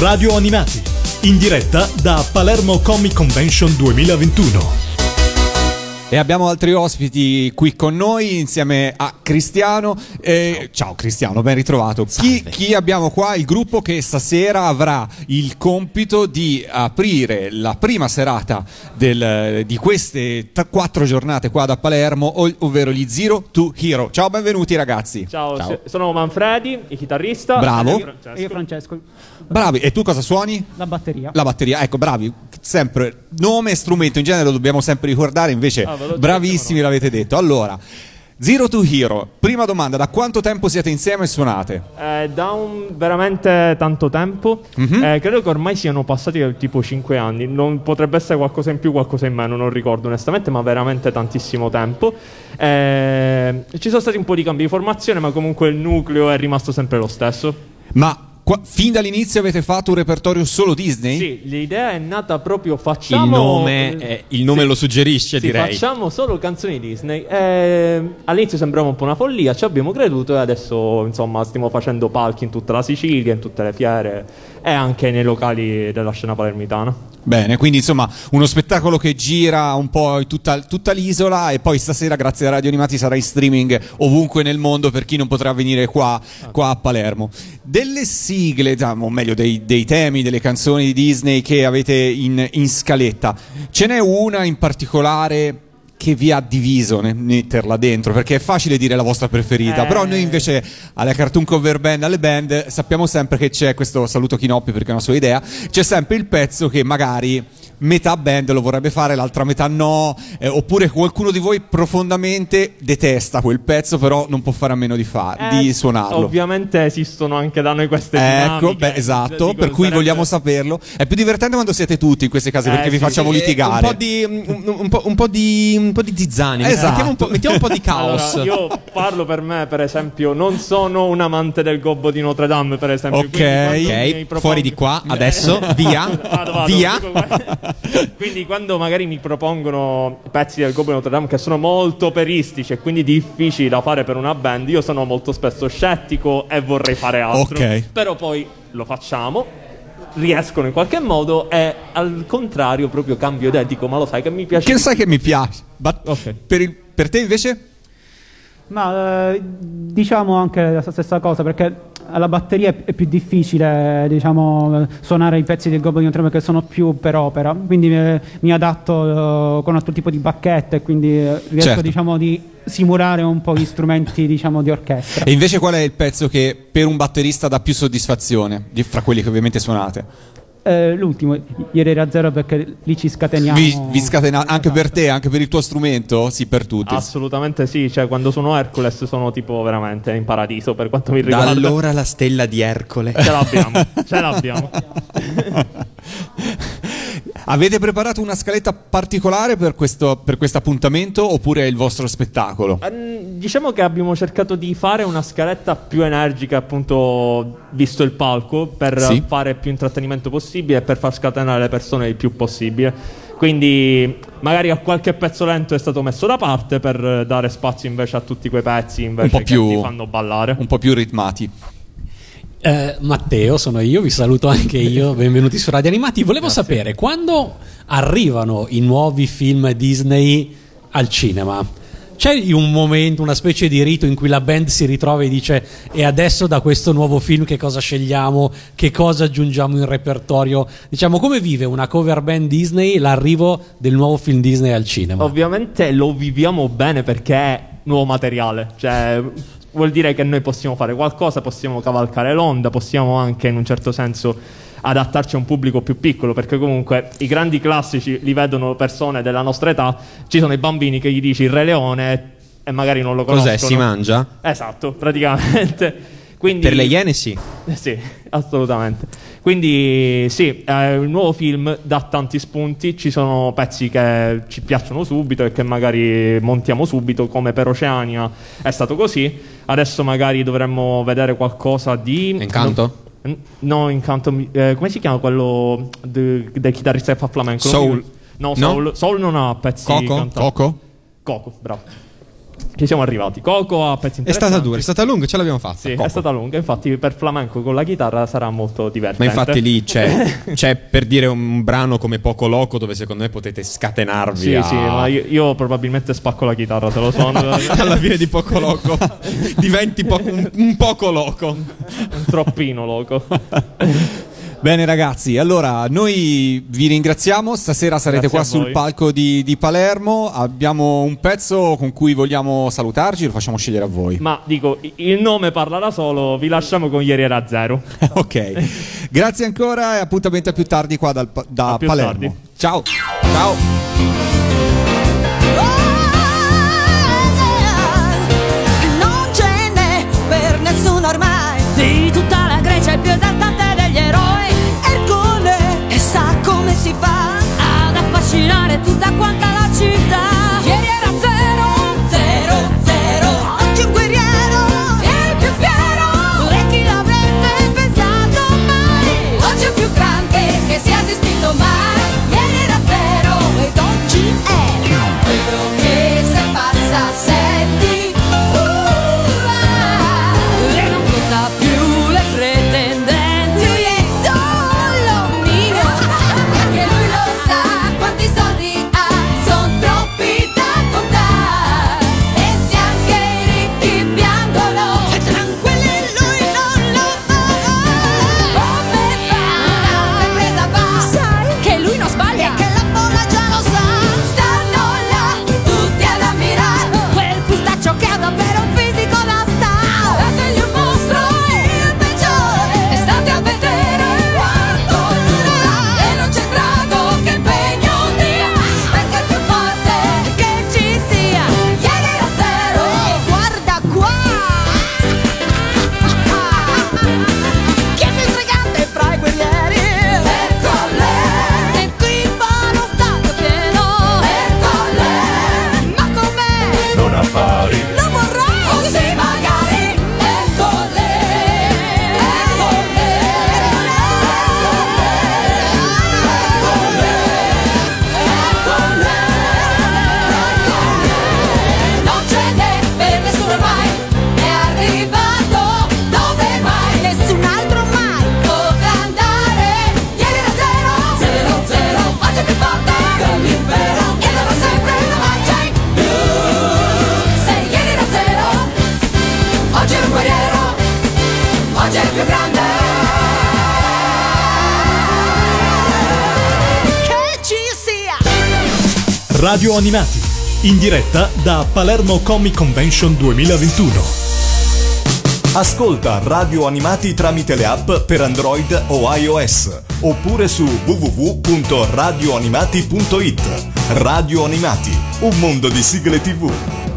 Radio Animati, in diretta da Palermo Comic Convention 2021. E abbiamo altri ospiti qui con noi insieme a Cristiano. Ciao Cristiano, ben ritrovato. Chi abbiamo qua? Il gruppo che stasera avrà il compito di aprire la prima serata di queste 4 giornate qua da Palermo, ovvero gli Zero to Hero. Ciao, benvenuti ragazzi. Ciao. Sono Manfredi, il chitarrista. Bravo. E io Francesco. Bravi. E tu cosa suoni? La batteria. La batteria, ecco, bravi. Sempre nome e strumento in genere lo dobbiamo sempre ricordare, invece bravissimi, l'avete detto. Allora, Zero to Hero, prima domanda: da quanto tempo siete insieme e suonate? Da veramente tanto tempo. Credo che ormai siano passati tipo 5 anni. Non potrebbe essere qualcosa in più, qualcosa in meno, non ricordo onestamente, ma veramente tantissimo tempo. Ci sono stati un po' di cambi di formazione, ma comunque il nucleo è rimasto sempre lo stesso. Ma fin dall'inizio avete fatto un repertorio solo Disney? Sì, l'idea è nata proprio facciamo... Il nome lo suggerisce, direi. Facciamo solo canzoni Disney. All'inizio sembrava un po' una follia, ci abbiamo creduto e adesso insomma stiamo facendo palchi in tutta la Sicilia, in tutte le fiere e anche nei locali della scena palermitana. Bene, quindi insomma uno spettacolo che gira un po' tutta l'isola, e poi stasera grazie a Radio Animati sarà in streaming ovunque nel mondo per chi non potrà venire qua a Palermo. Delle sigle, o meglio dei temi, delle canzoni di Disney che avete in scaletta, ce n'è una in particolare che vi ha diviso metterla dentro? Perché è facile dire la vostra preferita, però noi invece alle Cartoon Cover Band, alle band, sappiamo sempre che c'è questo, saluto Chinoppi perché è una sua idea, c'è sempre il pezzo che magari metà band lo vorrebbe fare, l'altra metà no, oppure qualcuno di voi profondamente detesta quel pezzo però non può fare a meno di suonarlo. Ovviamente esistono anche da noi queste dinamiche. Ecco, esatto, per cui vogliamo saperlo. È più divertente quando siete tutti in queste case perché vi facciamo litigare. Un po' di zizzania. Esatto. Mettiamo un po' di caos. Allora, io parlo per me, per esempio, non sono un amante del gobbo di Notre Dame, per esempio. Ok, fuori di qua, adesso, via. Via. Quindi quando magari mi propongono pezzi del gobbo di Notre Dame che sono molto operistici e quindi difficili da fare per una band, io sono molto spesso scettico e vorrei fare altro. Ok. Però poi lo facciamo, riescono in qualche modo, e al contrario proprio cambio idea, dico ma lo sai che mi piace. Che sai che mi piace. Okay. Per te invece? Ma diciamo anche la stessa cosa, perché alla batteria è più difficile, diciamo, suonare i pezzi del gobbo di Notre Dame che sono più per opera, quindi mi adatto con altro tipo di bacchette e quindi riesco, certo, diciamo, di simulare un po' gli strumenti, diciamo, di orchestra. E invece qual è il pezzo che per un batterista dà più soddisfazione fra quelli che ovviamente suonate? L'ultimo, ieri era Zero, perché lì ci scateniamo. Vi scatena anche per te, anche per il tuo strumento? Sì, per tutti. Assolutamente sì, cioè quando suono Hercules sono tipo veramente in paradiso per quanto mi riguarda. Da allora la stella di Ercole. Ce l'abbiamo. Avete preparato una scaletta particolare per questo appuntamento oppure è il vostro spettacolo? Diciamo che abbiamo cercato di fare una scaletta più energica, appunto, visto il palco, per fare più intrattenimento possibile e per far scatenare le persone il più possibile. Quindi magari a qualche pezzo lento è stato messo da parte per dare spazio invece a tutti quei pezzi invece che ti fanno ballare. Un po' più ritmati. Matteo, sono io, vi saluto anche io, benvenuti su Radio Animati. Volevo sapere, quando arrivano i nuovi film Disney al cinema, c'è un momento, una specie di rito in cui la band si ritrova e dice: e adesso da questo nuovo film che cosa scegliamo, che cosa aggiungiamo in repertorio? Diciamo, come vive una cover band Disney l'arrivo del nuovo film Disney al cinema? Ovviamente lo viviamo bene perché è nuovo materiale, cioè vuol dire che noi possiamo fare qualcosa, possiamo cavalcare l'onda, possiamo anche in un certo senso adattarci a un pubblico più piccolo, perché comunque i grandi classici li vedono persone della nostra età, ci sono i bambini che gli dici il Re Leone e magari non lo conoscono. Cos'è? Si mangia? Esatto, praticamente. Quindi, per le Iene sì. Sì, assolutamente. Quindi sì, il nuovo film dà tanti spunti, ci sono pezzi che ci piacciono subito e che magari montiamo subito, come per Oceania è stato così. Adesso magari dovremmo vedere qualcosa di... Encanto? No, Incanto, come si chiama quello del chitarrista che fa flamenco? Soul. No, Soul non ha pezzi Coco? cantati. Coco, bravo. ci siamo arrivati. Coco a pezzi interessanti. È stata dura, è stata lunga, ce l'abbiamo fatta. Sì, Coco. è stata lunga, infatti per flamenco con la chitarra sarà molto divertente. Ma infatti lì c'è per dire un brano come Poco Loco dove secondo me potete scatenarvi. Sì, ma io probabilmente spacco la chitarra, te lo so. Alla fine di Poco Loco diventi un poco loco. Un troppino loco. Bene ragazzi, allora noi vi ringraziamo, stasera sarete Grazie qua a sul voi. palco di Palermo, abbiamo un pezzo con cui vogliamo salutarci, lo facciamo scegliere a voi. Ma dico, il nome parla da solo, vi lasciamo con Ieri era zero. Ok, grazie ancora e appuntamento a più tardi qua da A più Palermo. tardi. Ciao. Ciao. Non ce n'è per nessuno ormai, di tutta la Grecia il più esaltante degli eroi. Ercole, e sa come si fa ad affascinare tutta quanta la città. Ieri era 0-0-0, oggi un guerriero, il più fiero, e chi l'avrebbe pensato mai? Oggi è più grande che sia esistito mai. Ieri era 0 ed oggi è vero che se passa senti e non conta più le pretendenti, è solo mio, perché lui lo sa quanti soldi ha, son troppi da contare, e se anche i ricchi piangono, tranquilli lui non lo fa. Come fa? Una presa va, sai che lui non sbaglia e che la folla già lo sa. Stanno là tutti ad ammirare quel pistaccio che ha davvero un fisico da star. È meglio un mostro, il peggiore, e state a vedere quanto durerà. E non c'è drago che impegno dia, perché è più forte che ci sia. Ieri era 0 e guarda qua. Chi è più intrigante fra i guerrieri? Ercole, e qui fa lo stadio pieno. Ercole, ma com'è? Non appari. Lo vorrei! O sì, magari! Ercole! Ercole! Non ce n'è per nessuno ormai, è arrivato dove mai nessun altro mai potrà andare. Ieri era 0-0, oggi è più forte dell'impero, e dovrà sempre non c'è più. Se ieri era 0, oggi è un guerriero, oggi è il più grande. Che ci sia! Radio Animati, in diretta da Palermo Comic Convention 2021. Ascolta Radio Animati tramite le app per Android o iOS oppure su www.radioanimati.it. Radio Animati, un mondo di sigle TV.